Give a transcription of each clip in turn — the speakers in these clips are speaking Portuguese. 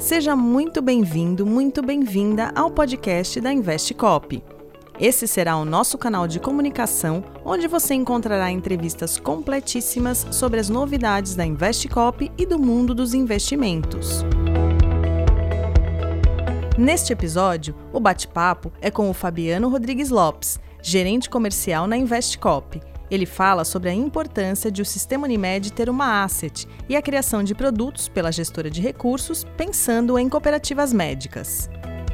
Seja muito bem-vindo, muito bem-vinda ao podcast da Investcop. Esse será o nosso canal de comunicação, onde você encontrará entrevistas completíssimas sobre as novidades da Investcop e do mundo dos investimentos. Neste episódio, o bate-papo é com o Fabiano Rodrigues Lopes, gerente comercial na Investcop. Ele fala sobre a importância de o Sistema Unimed ter uma asset e a criação de produtos pela gestora de recursos, pensando em cooperativas médicas.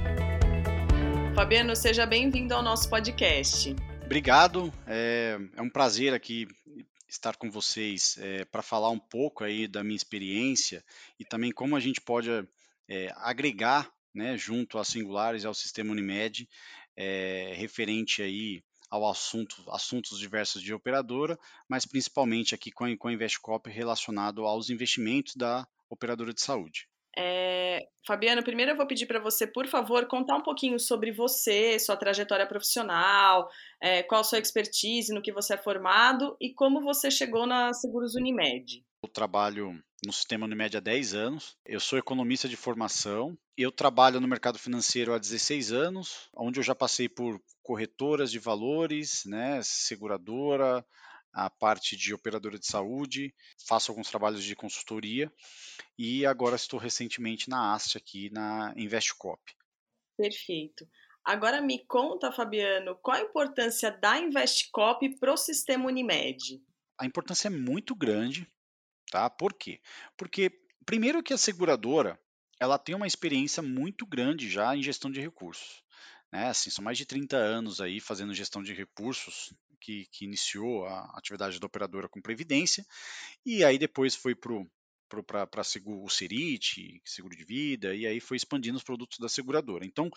Fabiano, seja bem-vindo ao nosso podcast. Obrigado, é um prazer aqui estar com vocês para falar um pouco aí da minha experiência e também como a gente pode agregar, né, junto à Singulares e ao Sistema Unimed, referente aí ao assuntos diversos de operadora, mas principalmente aqui com a Investcop relacionado aos investimentos da operadora de saúde. Fabiano, primeiro eu vou pedir para você, por favor, contar um pouquinho sobre você, sua trajetória profissional, qual a sua expertise, no que você é formado e como você chegou na Seguros Unimed. Eu trabalho no Sistema Unimed há 10 anos, eu sou economista de formação, eu trabalho no mercado financeiro há 16 anos, onde eu já passei por corretoras de valores, né, seguradora, a parte de operadora de saúde, faço alguns trabalhos de consultoria e agora estou recentemente na Haste aqui na Investcop. Perfeito. Agora me conta, Fabiano, qual a importância da Investcop para o Sistema Unimed? A importância é muito grande, tá? Por quê? Porque primeiro que a seguradora, ela tem uma experiência muito grande já em gestão de recursos, né? Assim, são mais de 30 anos aí fazendo gestão de recursos, que iniciou a atividade da operadora com previdência, e aí depois foi para o Serit, seguro de vida, e aí foi expandindo os produtos da seguradora. Então,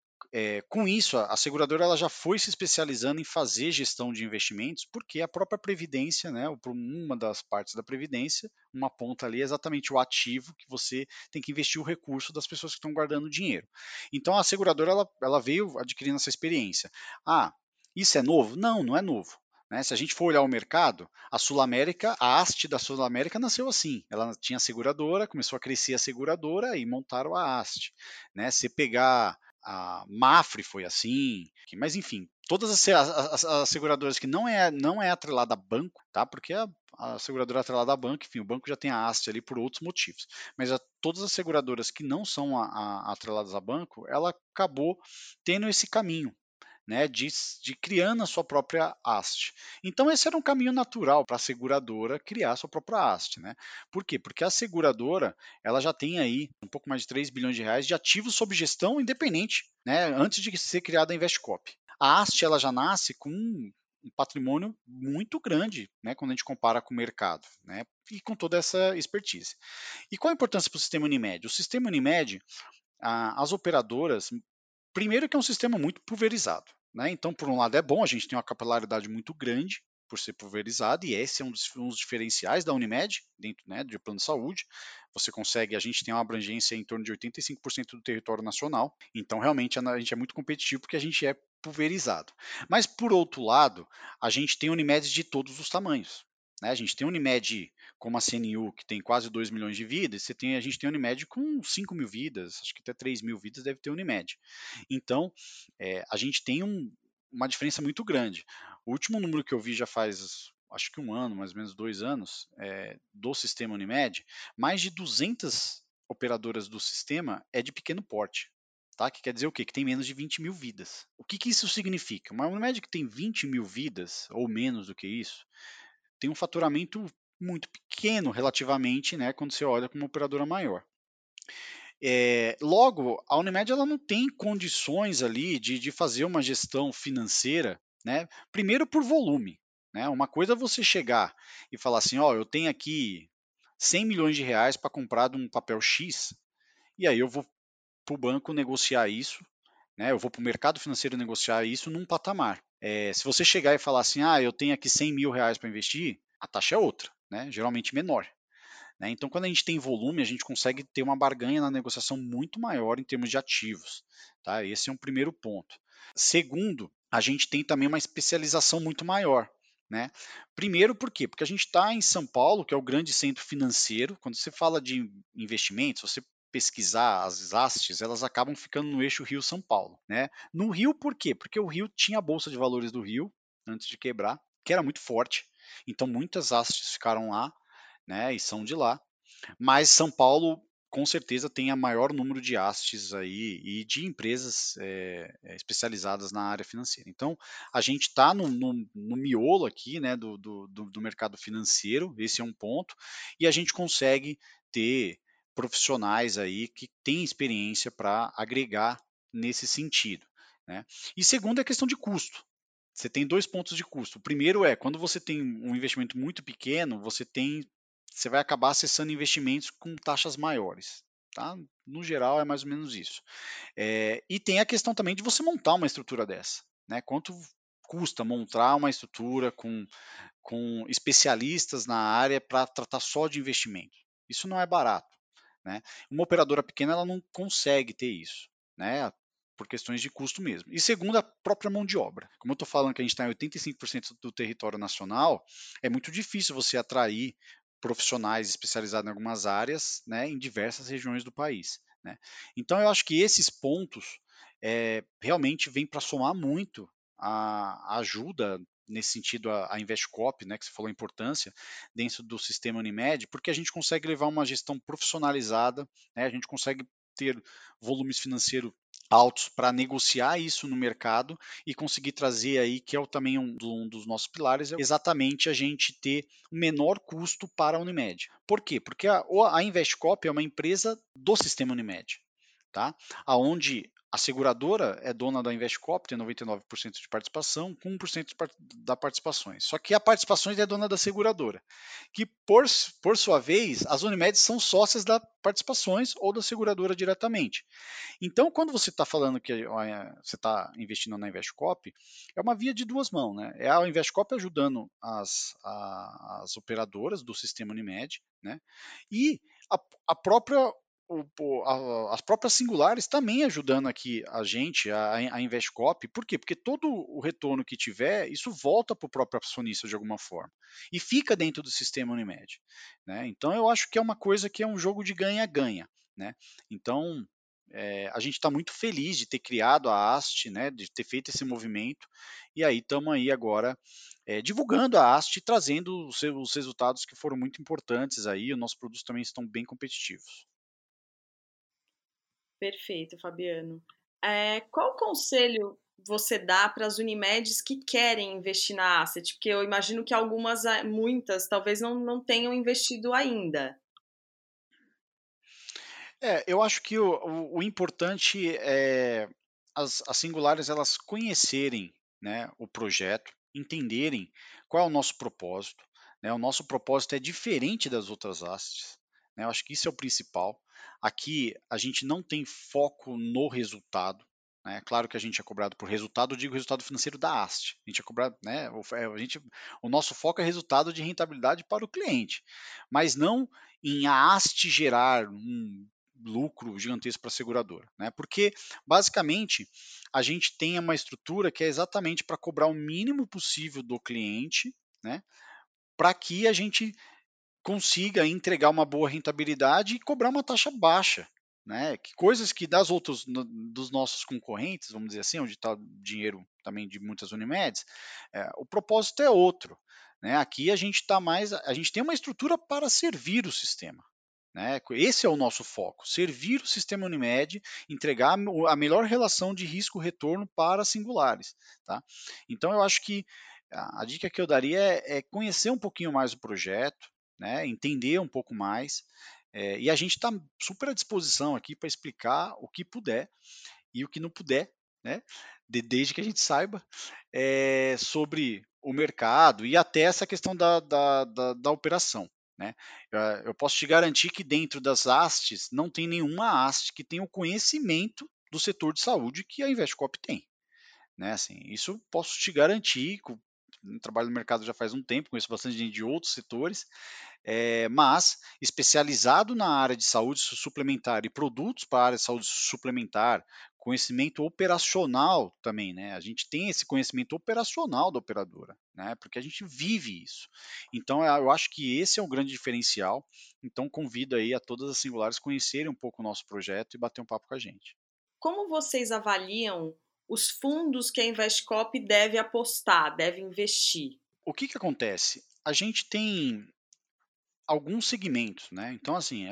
com isso, a seguradora ela já foi se especializando em fazer gestão de investimentos, porque a própria Previdência, né, uma das partes da Previdência, uma ponta ali é exatamente o ativo que você tem que investir o recurso das pessoas que estão guardando dinheiro. Então, a seguradora ela veio adquirindo essa experiência. Ah, isso é novo? Não, não é novo. Né? Se a gente for olhar o mercado, a Sul-América, a haste da Sul-América nasceu assim. Ela tinha seguradora, começou a crescer a seguradora e montaram a haste. Né? Se pegar a Mafre foi assim, mas enfim, todas as seguradoras que não é atrelada a banco, tá? Porque a seguradora atrelada a banco, enfim, o banco já tem a haste ali por outros motivos, mas todas as seguradoras que não são atreladas a banco, ela acabou tendo esse caminho, né, de criando a sua própria haste. Então esse era um caminho natural para a seguradora criar a sua própria haste, né? Por quê? Porque a seguradora ela já tem aí um pouco mais de 3 bilhões de reais de ativos sob gestão independente, né, antes de ser criada a Investcop. A haste ela já nasce com um patrimônio muito grande, né, quando a gente compara com o mercado, né, e com toda essa expertise. E qual a importância para o sistema Unimed? O sistema Unimed, as operadoras, primeiro que é um sistema muito pulverizado, né? Então, por um lado é bom, a gente tem uma capilaridade muito grande por ser pulverizado, e esse é um dos diferenciais da Unimed, dentro, né, do plano de saúde. Você consegue, a gente tem uma abrangência em torno de 85% do território nacional, então realmente a gente é muito competitivo porque a gente é pulverizado. Mas, por outro lado, a gente tem Unimedes de todos os tamanhos. Né? A gente tem Unimed como a CNU, que tem quase 2 milhões de vidas, a gente tem Unimed com 5 mil vidas, acho que até 3 mil vidas deve ter Unimed. Então, a gente tem uma diferença muito grande. O último número que eu vi já faz, acho que um ano, mais ou menos 2 anos, do sistema Unimed, mais de 200 operadoras do sistema é de pequeno porte. Tá? Que quer dizer o quê? Que tem menos de 20 mil vidas. O que isso significa? Uma Unimed que tem 20 mil vidas, ou menos do que isso, tem um faturamento muito pequeno relativamente, né, quando você olha como uma operadora maior. Logo, a Unimed ela não tem condições ali de fazer uma gestão financeira, né? Primeiro por volume, né? Uma coisa é você chegar e falar assim, ó, eu tenho aqui 100 milhões de reais para comprar de um papel X, e aí eu vou para o banco negociar isso, né? Eu vou para o mercado financeiro negociar isso num patamar. Se você chegar e falar assim, eu tenho aqui 100 mil reais para investir, a taxa é outra, né? Geralmente menor. Né? Então, quando a gente tem volume, a gente consegue ter uma barganha na negociação muito maior em termos de ativos. Tá? Esse é um primeiro ponto. Segundo, a gente tem também uma especialização muito maior. Né? Primeiro, por quê? Porque a gente está em São Paulo, que é o grande centro financeiro. Quando você fala de investimentos, você pesquisar as hastes, elas acabam ficando no eixo Rio-São Paulo, né? No Rio, por quê? Porque o Rio tinha a Bolsa de Valores do Rio, antes de quebrar, que era muito forte, então muitas hastes ficaram lá, né, e são de lá, mas São Paulo com certeza tem a maior número de hastes aí e de empresas especializadas na área financeira. Então, a gente está no miolo aqui, né, do mercado financeiro, esse é um ponto, e a gente consegue ter profissionais aí que têm experiência para agregar nesse sentido, né? E segundo é a questão de custo. Você tem dois pontos de custo. O primeiro é quando você tem um investimento muito pequeno, você vai acabar acessando investimentos com taxas maiores. Tá? No geral, é mais ou menos isso. E tem a questão também de você montar uma estrutura dessa. Né? Quanto custa montar uma estrutura com especialistas na área para tratar só de investimento? Isso não é barato. Né? Uma operadora pequena ela não consegue ter isso. Né? Por questões de custo mesmo. E segundo, a própria mão de obra. Como eu estou falando que a gente está em 85% do território nacional, é muito difícil você atrair profissionais especializados em algumas áreas, né, em diversas regiões do país. Né? Então, eu acho que esses pontos realmente vêm para somar muito a ajuda nesse sentido a Investcop, né, que você falou a importância dentro do sistema Unimed, porque a gente consegue levar uma gestão profissionalizada, né, a gente consegue ter volumes financeiros altos para negociar isso no mercado e conseguir trazer aí, que é também um dos nossos pilares, é exatamente a gente ter o menor custo para a Unimed. Por quê? Porque a Investcop é uma empresa do sistema Unimed, tá? Aonde a seguradora é dona da Investcop, tem 99% de participação, com 1% da participações. Só que a participações é dona da seguradora, que por sua vez, as Unimedes são sócias da participações ou da seguradora diretamente. Então, quando você está falando que você está investindo na Investcop, é uma via de duas mãos, né? É a Investcop ajudando as operadoras do sistema Unimed, né? E a própria as próprias singulares também ajudando aqui a gente, a Investcop. Por quê? Porque todo o retorno que tiver, isso volta para o próprio acionista de alguma forma e fica dentro do sistema Unimed. Né? Então eu acho que é uma coisa que é um jogo de ganha-ganha. Né? Então a gente está muito feliz de ter criado a Ast, né, de ter feito esse movimento, e aí estamos aí agora divulgando a Ast e trazendo os resultados que foram muito importantes aí, os nossos produtos também estão bem competitivos. Perfeito, Fabiano. Qual conselho você dá para as Unimedes que querem investir na Asset? Porque eu imagino que algumas, muitas, talvez não tenham investido ainda. Eu acho que o importante é as singulares elas conhecerem, né, o projeto, entenderem qual é o nosso propósito. Né, o nosso propósito é diferente das outras hastes. Né, eu acho que isso é o principal. Aqui a gente não tem foco no resultado. Né, claro que a gente é cobrado por resultado, eu digo resultado financeiro da haste. A gente é cobrado, né, o nosso foco é resultado de rentabilidade para o cliente, mas não em a haste gerar um lucro gigantesco para a seguradora, né? Porque basicamente a gente tem uma estrutura que é exatamente para cobrar o mínimo possível do cliente, né? Para que a gente consiga entregar uma boa rentabilidade e cobrar uma taxa baixa. Né? Que coisas que dos nossos concorrentes, vamos dizer assim, onde está o dinheiro também de muitas Unimedes, o propósito é outro. Né? Aqui a gente tem uma estrutura para servir o sistema. Né? Esse é o nosso foco: servir o sistema Unimed, entregar a melhor relação de risco-retorno para singulares. Tá? Então, eu acho que a dica que eu daria é conhecer um pouquinho mais o projeto, né? Entender um pouco mais, e a gente está super à disposição aqui para explicar o que puder e o que não puder, né? Desde que a gente saiba sobre o mercado e até essa questão da operação. Né? Eu posso te garantir que dentro das hastes não tem nenhuma haste que tenha o conhecimento do setor de saúde que a Investcop tem. Né? Assim, isso posso te garantir trabalho no mercado já faz um tempo, conheço bastante gente de outros setores, mas especializado na área de saúde suplementar e produtos para a área de saúde suplementar, conhecimento operacional também, né? A gente tem esse conhecimento operacional da operadora, né? Porque a gente vive isso. Então, eu acho que esse é um grande diferencial. Então, convido aí a todas as singulares conhecerem um pouco o nosso projeto e bater um papo com a gente. Como vocês avaliam os fundos que a Investcop deve apostar, deve investir? O que acontece? A gente tem alguns segmentos, né? Então, assim,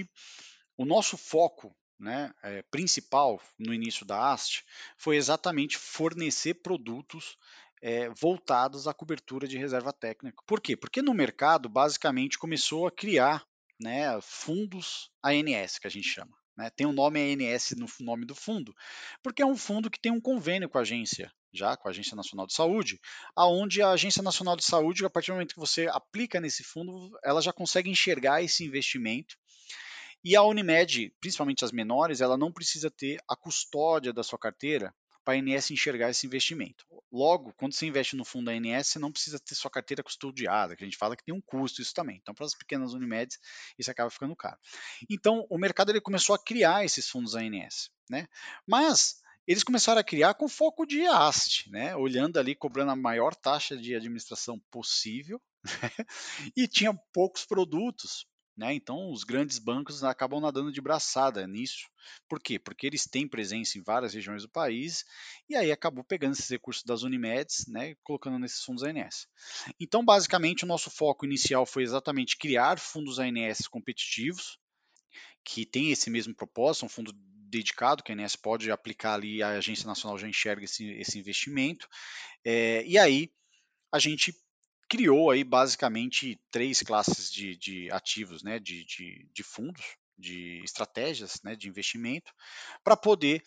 o nosso foco, né, principal no início da Ast foi exatamente fornecer produtos voltados à cobertura de reserva técnica. Por quê? Porque no mercado, basicamente, começou a criar, né, fundos ANS, que a gente chama. Né? Tem o nome ANS no nome do fundo, porque é um fundo que tem um convênio com a agência, já com a Agência Nacional de Saúde, aonde a Agência Nacional de Saúde, a partir do momento que você aplica nesse fundo, ela já consegue enxergar esse investimento e a Unimed, principalmente as menores, ela não precisa ter a custódia da sua carteira para a ANS enxergar esse investimento. Logo, quando você investe no fundo da ANS, você não precisa ter sua carteira custodiada, que a gente fala que tem um custo isso também. Então, para as pequenas Unimeds, isso acaba ficando caro. Então, o mercado ele começou a criar esses fundos ANS, né? Mas eles começaram a criar com foco de haste, né? Olhando ali, cobrando a maior taxa de administração possível, e tinha poucos produtos. Né? Então, os grandes bancos acabam nadando de braçada nisso. Por quê? Porque eles têm presença em várias regiões do país e aí acabou pegando esses recursos das Unimeds, né, e colocando nesses fundos ANS. Então, basicamente, o nosso foco inicial foi exatamente criar fundos ANS competitivos, que tem esse mesmo propósito, um fundo dedicado que a ANS pode aplicar ali, a Agência Nacional já enxerga esse investimento, e aí a gente criou aí basicamente três classes de ativos, né, de fundos, de estratégias, né, de investimento, para poder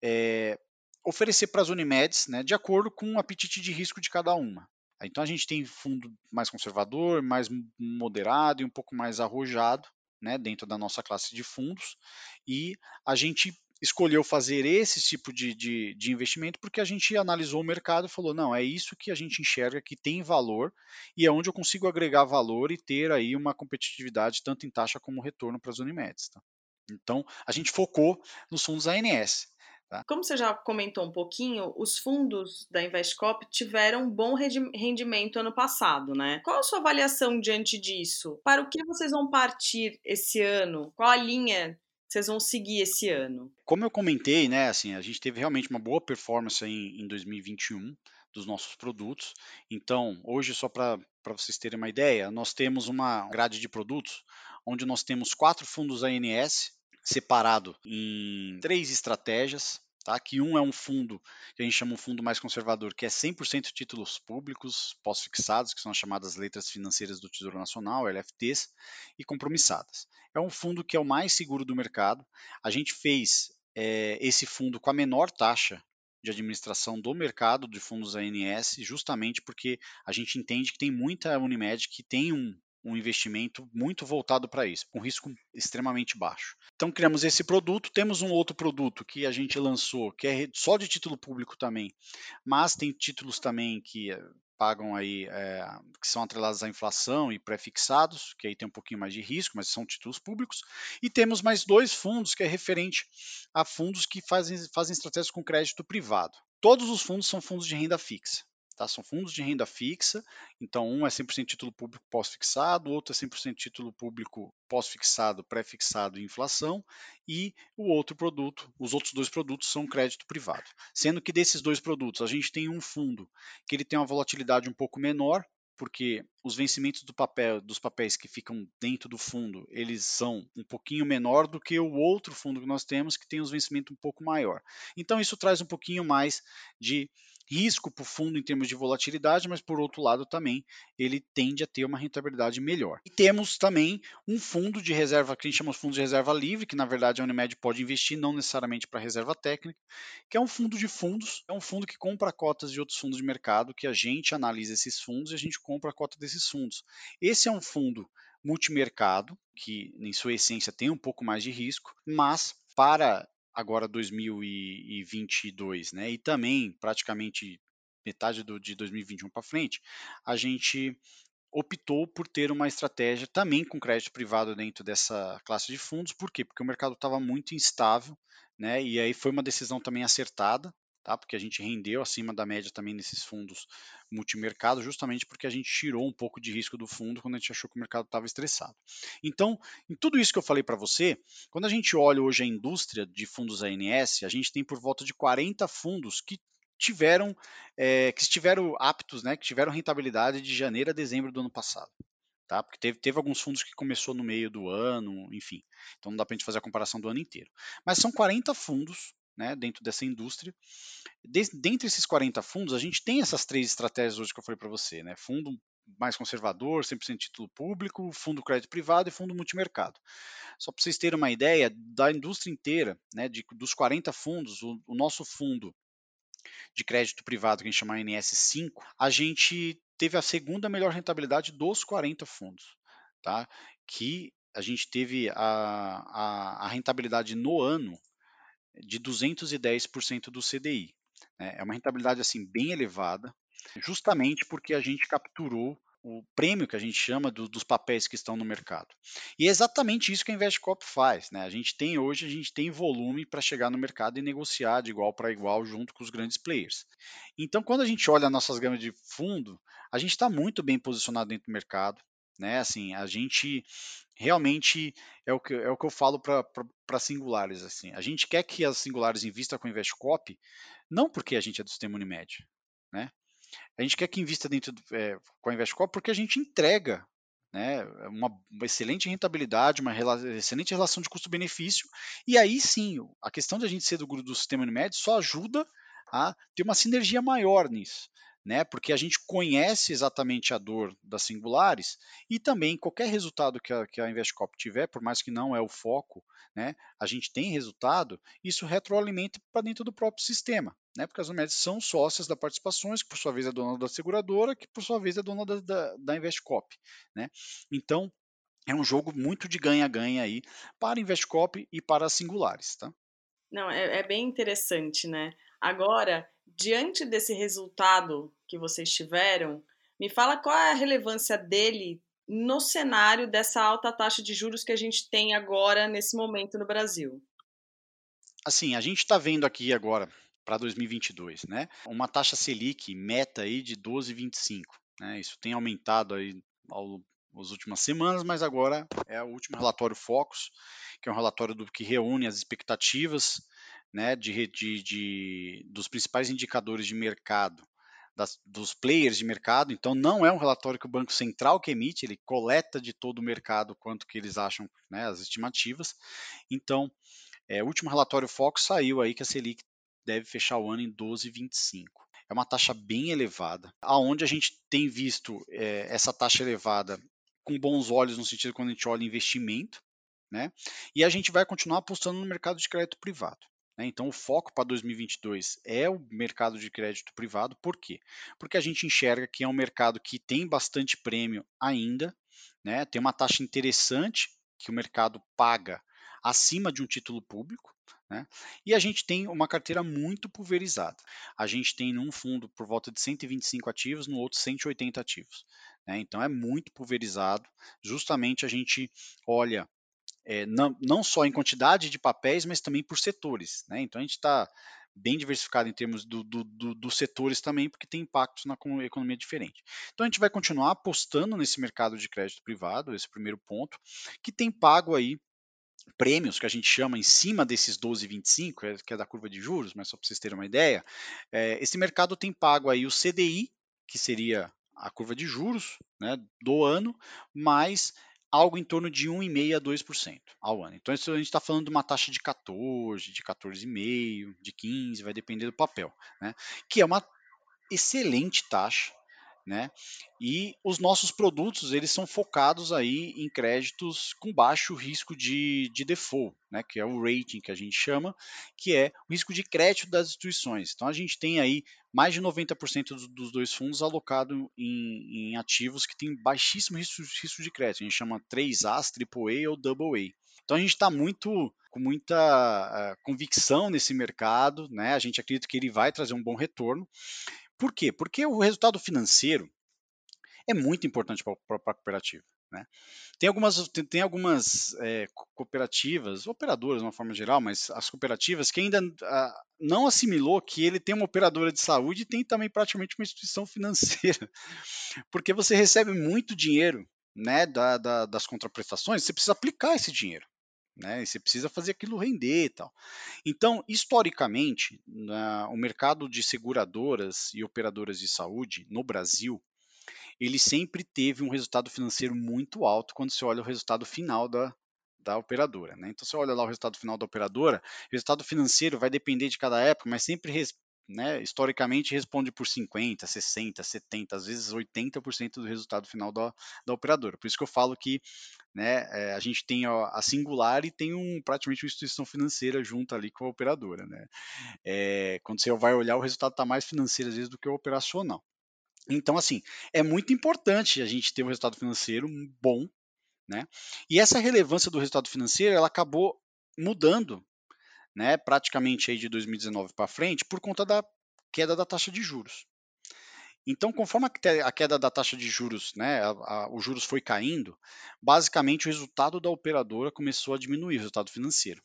oferecer para as Unimeds, né, de acordo com o apetite de risco de cada uma. Então a gente tem fundo mais conservador, mais moderado e um pouco mais arrojado, né, dentro da nossa classe de fundos, e a gente escolheu fazer esse tipo de investimento porque a gente analisou o mercado e falou, não, é isso que a gente enxerga que tem valor e é onde eu consigo agregar valor e ter aí uma competitividade tanto em taxa como retorno para as Unimeds. Tá? Então, a gente focou nos fundos ANS. Tá? Como você já comentou um pouquinho, os fundos da Investcop tiveram um bom rendimento ano passado, né? Qual a sua avaliação diante disso? Para o que vocês vão partir esse ano? Qual a linha que vocês vão seguir esse ano? Como eu comentei, né, assim, a gente teve realmente uma boa performance em 2021 dos nossos produtos. Então, hoje, só para vocês terem uma ideia, nós temos uma grade de produtos onde nós temos 4 fundos ANS separado em 3 estratégias. Tá? Que um é um fundo que a gente chama um fundo mais conservador, que é 100% títulos públicos pós-fixados, que são as chamadas letras financeiras do Tesouro Nacional, LFTs, e compromissadas. É um fundo que é o mais seguro do mercado. A gente fez esse fundo com a menor taxa de administração do mercado de fundos ANS, justamente porque a gente entende que tem muita Unimed que tem um investimento muito voltado para isso, com risco extremamente baixo. Então criamos esse produto, temos um outro produto que a gente lançou, que é só de título público também, mas tem títulos também que pagam aí, que são atrelados à inflação e pré-fixados, que aí tem um pouquinho mais de risco, mas são títulos públicos. E temos mais 2 fundos que é referente a fundos que fazem estratégias com crédito privado. Todos os fundos são fundos de renda fixa. Tá? São fundos de renda fixa, então um é 100% título público pós-fixado, o outro é 100% título público pós-fixado, pré-fixado e inflação, e o outro produto, os outros 2 produtos são crédito privado. Sendo que desses 2 produtos, a gente tem um fundo que ele tem uma volatilidade um pouco menor, porque os vencimentos dos papéis que ficam dentro do fundo, eles são um pouquinho menor do que o outro fundo que nós temos, que tem os vencimentos um pouco maior. Então isso traz um pouquinho mais de risco para o fundo em termos de volatilidade, mas por outro lado também ele tende a ter uma rentabilidade melhor. E temos também um fundo de reserva, que a gente chama de fundo de reserva livre, que na verdade a Unimed pode investir, não necessariamente para reserva técnica, que é um fundo de fundos, é um fundo que compra cotas de outros fundos de mercado, que a gente analisa esses fundos e a gente compra a cota desses fundos. Esse é um fundo multimercado, que em sua essência tem um pouco mais de risco, mas para agora 2022, né, e também praticamente metade de 2021 para frente, a gente optou por ter uma estratégia também com crédito privado dentro dessa classe de fundos. Por quê? Porque o mercado estava muito instável, né? E aí foi uma decisão também acertada, tá? Porque a gente rendeu acima da média também nesses fundos multimercado, justamente porque a gente tirou um pouco de risco do fundo quando a gente achou que o mercado estava estressado. Então, em tudo isso que eu falei para você, quando a gente olha hoje a indústria de fundos ANS, a gente tem por volta de 40 fundos tiveram que estiveram aptos, né, que tiveram rentabilidade de janeiro a dezembro do ano passado. Tá? Porque teve alguns fundos que começou no meio do ano, enfim. Então não dá para a gente fazer a comparação do ano inteiro. Mas são 40 fundos, né, dentro dessa indústria. Dentre esses 40 fundos, a gente tem essas três estratégias hoje que eu falei para você. Né? Fundo mais conservador, 100% título público, fundo crédito privado e fundo multimercado. Só para vocês terem uma ideia, da indústria inteira, né, dos 40 fundos, o nosso fundo de crédito privado, que a gente chama ANS5, a gente teve a segunda melhor rentabilidade dos 40 fundos, tá? Que a gente teve a rentabilidade no ano de 210% do CDI. Né? É uma rentabilidade assim bem elevada, justamente porque a gente capturou o prêmio que a gente chama dos papéis que estão no mercado. E é exatamente isso que a Investcorp faz. Né? A gente tem volume para chegar no mercado e negociar de igual para igual junto com os grandes players. Então, quando a gente olha nossas gamas de fundo, a gente está muito bem posicionado dentro do mercado. Né? Assim, a gente realmente é o que eu falo para singulares. Assim. A gente quer que as singulares invistam com a Investcorp, não porque a gente é do sistema Unimed. Né? A gente quer que invista com a Investcorp porque a gente entrega, né, uma excelente rentabilidade, excelente relação de custo-benefício, e aí sim, a questão de a gente ser do sistema Unimed só ajuda a ter uma sinergia maior nisso. Né, porque a gente conhece exatamente a dor das singulares e também qualquer resultado que a Investcorp tiver, por mais que não é o foco, né, a gente tem resultado, isso retroalimenta para dentro do próprio sistema. Né, porque as Unimedes são sócias da participações, que por sua vez é dona da seguradora, que por sua vez é dona da Investcorp. Né? Então, é um jogo muito de ganha-ganha aí para a Investcorp e para as singulares. Tá? Não, é bem interessante, né? Agora, diante desse resultado que vocês tiveram, me fala qual é a relevância dele no cenário dessa alta taxa de juros que a gente tem agora, nesse momento no Brasil. Assim, a gente está vendo aqui agora para 2022, né? Uma taxa Selic meta aí de 12,25. Né? Isso tem aumentado aí nas últimas semanas, mas agora é o último relatório Focus, que é um relatório que reúne as expectativas, né, dos principais indicadores de mercado, dos players de mercado. Então, não é um relatório que o Banco Central que emite, ele coleta de todo o mercado quanto que eles acham, né, as estimativas. Então, o último relatório Focus saiu aí que a Selic deve fechar o ano em 12,25. É uma taxa bem elevada, aonde a gente tem visto essa taxa elevada com bons olhos no sentido quando a gente olha investimento, né? E a gente vai continuar apostando no mercado de crédito privado. Né? Então, o foco para 2022 é o mercado de crédito privado. Por quê? Porque a gente enxerga que é um mercado que tem bastante prêmio ainda, né? Tem uma taxa interessante que o mercado paga acima de um título público. Né? E a gente tem uma carteira muito pulverizada. A gente tem num fundo por volta de 125 ativos, no outro 180 ativos. Né? Então é muito pulverizado. Justamente a gente olha não só em quantidade de papéis, mas também por setores. Né? Então a gente está bem diversificado em termos dos setores também, porque tem impactos na economia diferente. Então a gente vai continuar apostando nesse mercado de crédito privado, esse primeiro ponto, que tem pago aí prêmios que a gente chama em cima desses 12,25, que é da curva de juros, mas só para vocês terem uma ideia, esse mercado tem pago aí o CDI, que seria a curva de juros, né, do ano, mais algo em torno de 1,5% a 2% ao ano. Então, isso a gente está falando de uma taxa de 14, de 14,5%, de 15%, vai depender do papel, né, que é uma excelente taxa. Né? E os nossos produtos eles são focados aí em créditos com baixo risco de default, né? Que é o rating que a gente chama, que é o risco de crédito das instituições. Então a gente tem aí mais de 90% dos dois fundos alocado em ativos que têm baixíssimo risco de crédito. A gente chama 3As, AAA ou AA. Então a gente está com muita convicção nesse mercado, né? A gente acredita que ele vai trazer um bom retorno. Por quê? Porque o resultado financeiro é muito importante para a cooperativa. Né? Tem algumas cooperativas, operadoras de uma forma geral, mas as cooperativas que ainda não assimilou que ele tem uma operadora de saúde e tem também praticamente uma instituição financeira, porque você recebe muito dinheiro, né, das contraprestações, você precisa aplicar esse dinheiro. Né, e você precisa fazer aquilo render e tal. Então, historicamente, o mercado de seguradoras e operadoras de saúde no Brasil, ele sempre teve um resultado financeiro muito alto quando você olha o resultado final da operadora. Né? Então, você olha lá o resultado final da operadora, o resultado financeiro vai depender de cada época, mas sempre, né, historicamente, responde por 50%, 60%, 70%, às vezes 80% do resultado final da operadora. Por isso que eu falo que, né, a gente tem a singular e tem praticamente uma instituição financeira junto ali com a operadora. Né? Quando você vai olhar, o resultado está mais financeiro às vezes do que o operacional. Então, assim, é muito importante a gente ter um resultado financeiro bom, né? E essa relevância do resultado financeiro, ela acabou mudando, né, praticamente aí de 2019 para frente, por conta da queda da taxa de juros. Então, conforme a queda da taxa de juros, né, os juros foi caindo, basicamente o resultado da operadora começou a diminuir, o resultado financeiro.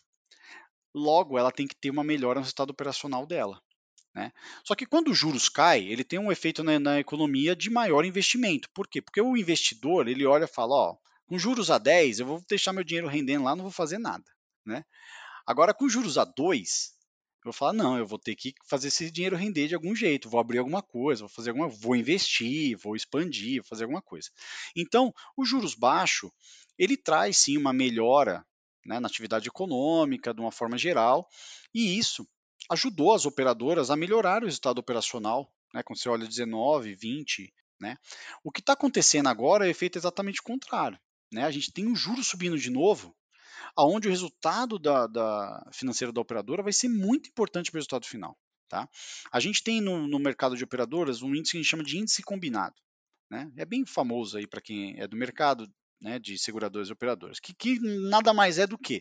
Logo, ela tem que ter uma melhora no resultado operacional dela. Né? Só que quando os juros caem, ele tem um efeito na economia de maior investimento. Por quê? Porque o investidor ele olha e fala, ó, com juros a 10, eu vou deixar meu dinheiro rendendo lá, não vou fazer nada. Né? Agora, com juros a 2, eu vou falar, não, eu vou ter que fazer esse dinheiro render de algum jeito, vou abrir alguma coisa, vou investir, vou expandir, vou fazer alguma coisa. Então, os juros baixos, ele traz sim uma melhora, né, na atividade econômica, de uma forma geral, e isso ajudou as operadoras a melhorar o resultado operacional, né, quando você olha 19, 20, né? O que está acontecendo agora é o efeito exatamente contrário. Né? A gente tem um juro subindo de novo, aonde o resultado financeiro da operadora vai ser muito importante para o resultado final. Tá? A gente tem no mercado de operadoras um índice que a gente chama de índice combinado. Né? É bem famoso aí para quem é do mercado, né, de seguradoras e operadoras, que nada mais é do que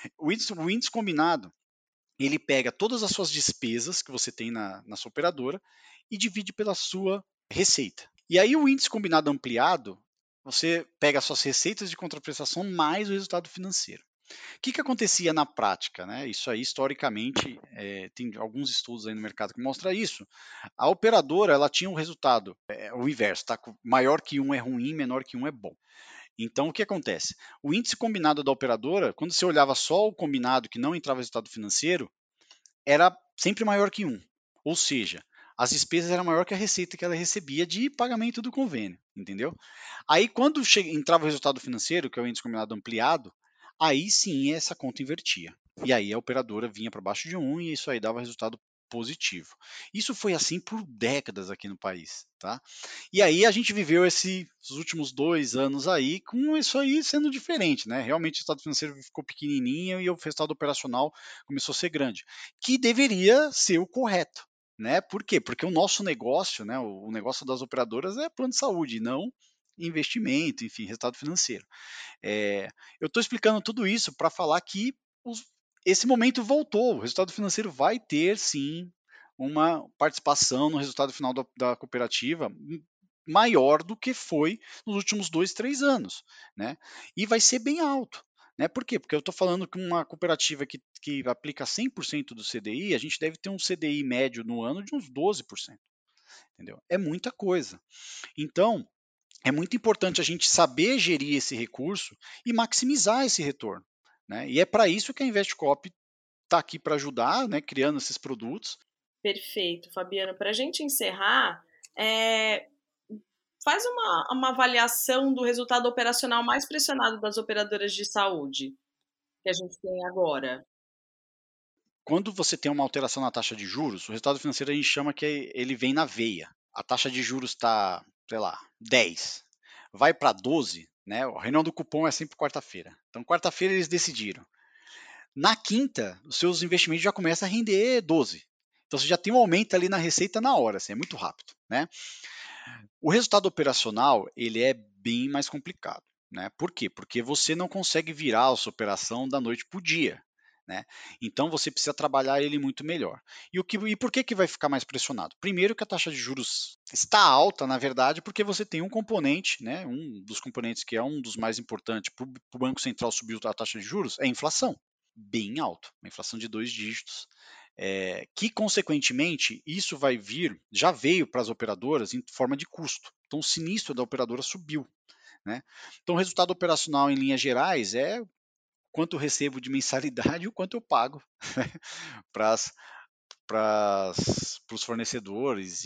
o índice combinado. Ele pega todas as suas despesas que você tem na sua operadora e divide pela sua receita. E aí o índice combinado ampliado, você pega as suas receitas de contraprestação mais o resultado financeiro. O que acontecia na prática? Né? Isso aí, historicamente, tem alguns estudos aí no mercado que mostram isso. A operadora ela tinha um resultado, o inverso, tá? Maior que um é ruim, menor que um é bom. Então, o que acontece? O índice combinado da operadora, quando você olhava só o combinado que não entrava resultado financeiro, era sempre maior que um. Ou seja, as despesas eram maior que a receita que ela recebia de pagamento do convênio, entendeu? Aí, quando entrava o resultado financeiro, que é o índice combinado ampliado, aí sim essa conta invertia. E aí a operadora vinha para baixo de 1 e isso aí dava resultado positivo. Isso foi assim por décadas aqui no país, tá? E aí a gente viveu esses últimos 2 anos aí com isso aí sendo diferente, né? Realmente o resultado financeiro ficou pequenininho e o resultado operacional começou a ser grande, que deveria ser o correto, né? Por quê? Porque o nosso negócio, né, o negócio das operadoras é plano de saúde, não investimento, enfim, resultado financeiro. Eu estou explicando tudo isso para falar que esse momento voltou. O resultado financeiro vai ter, sim, uma participação no resultado final da cooperativa maior do que foi nos últimos 2, 3 anos. Né? E vai ser bem alto. Né? Por quê? Porque eu estou falando que uma cooperativa que aplica 100% do CDI, a gente deve ter um CDI médio no ano de uns 12%. Entendeu? É muita coisa. Então, é muito importante a gente saber gerir esse recurso e maximizar esse retorno. Né? E é para isso que a Investcop está aqui para ajudar, né, criando esses produtos. Perfeito, Fabiano. Para a gente encerrar, faz uma avaliação do resultado operacional mais pressionado das operadoras de saúde que a gente tem agora. Quando você tem uma alteração na taxa de juros, o resultado financeiro a gente chama que ele vem na veia. A taxa de juros está, sei lá, 10. Vai para 12, né? A reunião do cupom é sempre quarta-feira. Então, quarta-feira eles decidiram. Na quinta, os seus investimentos já começam a render 12. Então, você já tem um aumento ali na receita na hora, assim, é muito rápido, né? O resultado operacional, ele é bem mais complicado, né? Por quê? Porque você não consegue virar a sua operação da noite para o dia. né? Então você precisa trabalhar ele muito melhor. E por que vai ficar mais pressionado? Primeiro que a taxa de juros está alta, na verdade, porque você tem um componente, né, um dos componentes que é um dos mais importantes para o Banco Central subir a taxa de juros, é a inflação. Bem alto, uma inflação de 2 dígitos. Que consequentemente isso vai vir, já veio para as operadoras em forma de custo. Então o sinistro da operadora subiu, né? Então o resultado operacional em linhas gerais é quanto eu recebo de mensalidade e o quanto eu pago para os fornecedores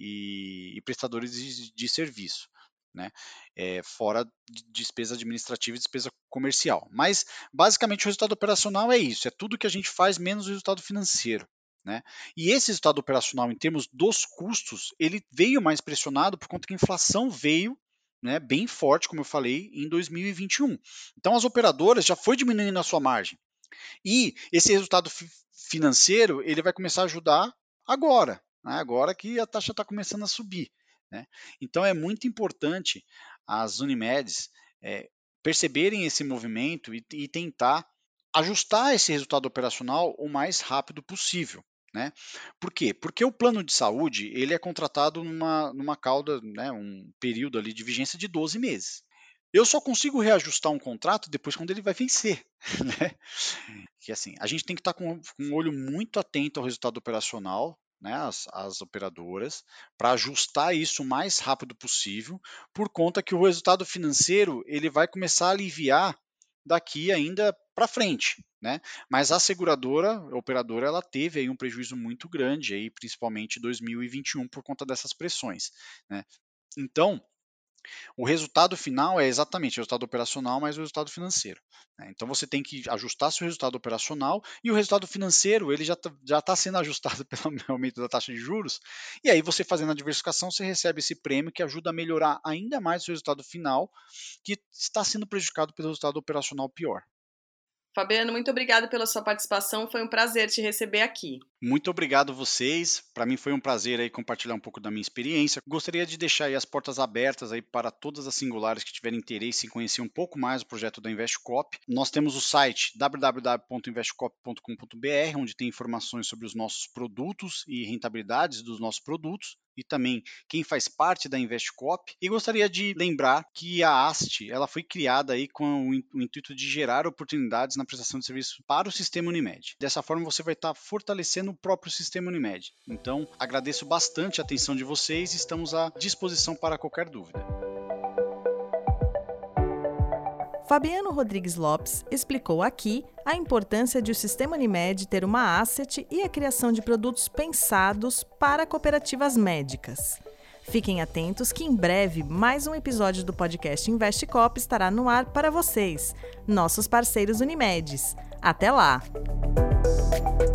e prestadores de serviço, né? Fora de despesa administrativa e despesa comercial. Mas, basicamente, o resultado operacional é isso, é tudo que a gente faz menos o resultado financeiro, né? E esse resultado operacional, em termos dos custos, ele veio mais pressionado por conta que a inflação veio, né, bem forte, como eu falei, em 2021. Então, as operadoras já foi diminuindo a sua margem. E esse resultado financeiro ele vai começar a ajudar agora, né? Agora que a taxa está começando a subir, né? Então é muito importante as Unimedes perceberem esse movimento e tentar ajustar esse resultado operacional o mais rápido possível, né? Por quê? Porque o plano de saúde ele é contratado numa cauda, né, um período ali de vigência de 12 meses. Eu só consigo reajustar um contrato depois quando ele vai vencer, né? Que assim, a gente tem que estar com um olho muito atento ao resultado operacional, né, as operadoras, para ajustar isso o mais rápido possível, por conta que o resultado financeiro ele vai começar a aliviar daqui ainda para frente, né? Mas a seguradora, a operadora, ela teve aí um prejuízo muito grande aí, principalmente em 2021 por conta dessas pressões, né? Então, o resultado final é exatamente o resultado operacional mais o resultado financeiro, né? Então você tem que ajustar seu resultado operacional e o resultado financeiro ele já está sendo ajustado pelo aumento da taxa de juros. E aí você fazendo a diversificação você recebe esse prêmio que ajuda a melhorar ainda mais o seu resultado final, que está sendo prejudicado pelo resultado operacional pior. Fabiano, muito obrigada pela sua participação, foi um prazer te receber aqui. Muito obrigado a vocês, para mim foi um prazer aí compartilhar um pouco da minha experiência. Gostaria de deixar aí as portas abertas aí para todas as singulares que tiverem interesse em conhecer um pouco mais o projeto da Investcop. Nós temos o site www.investcop.com.br, onde tem informações sobre os nossos produtos e rentabilidades dos nossos produtos, e também quem faz parte da Investcop. E gostaria de lembrar que a AST ela foi criada aí com o intuito de gerar oportunidades na prestação de serviços para o sistema Unimed. Dessa forma você vai estar fortalecendo o próprio sistema Unimed. Então, agradeço bastante a atenção de vocês e estamos à disposição para qualquer dúvida. Fabiano Rodrigues Lopes explicou aqui a importância de o sistema Unimed ter uma asset e a criação de produtos pensados para cooperativas médicas. Fiquem atentos que em breve mais um episódio do podcast Investcop estará no ar para vocês, nossos parceiros Unimedes. Até lá!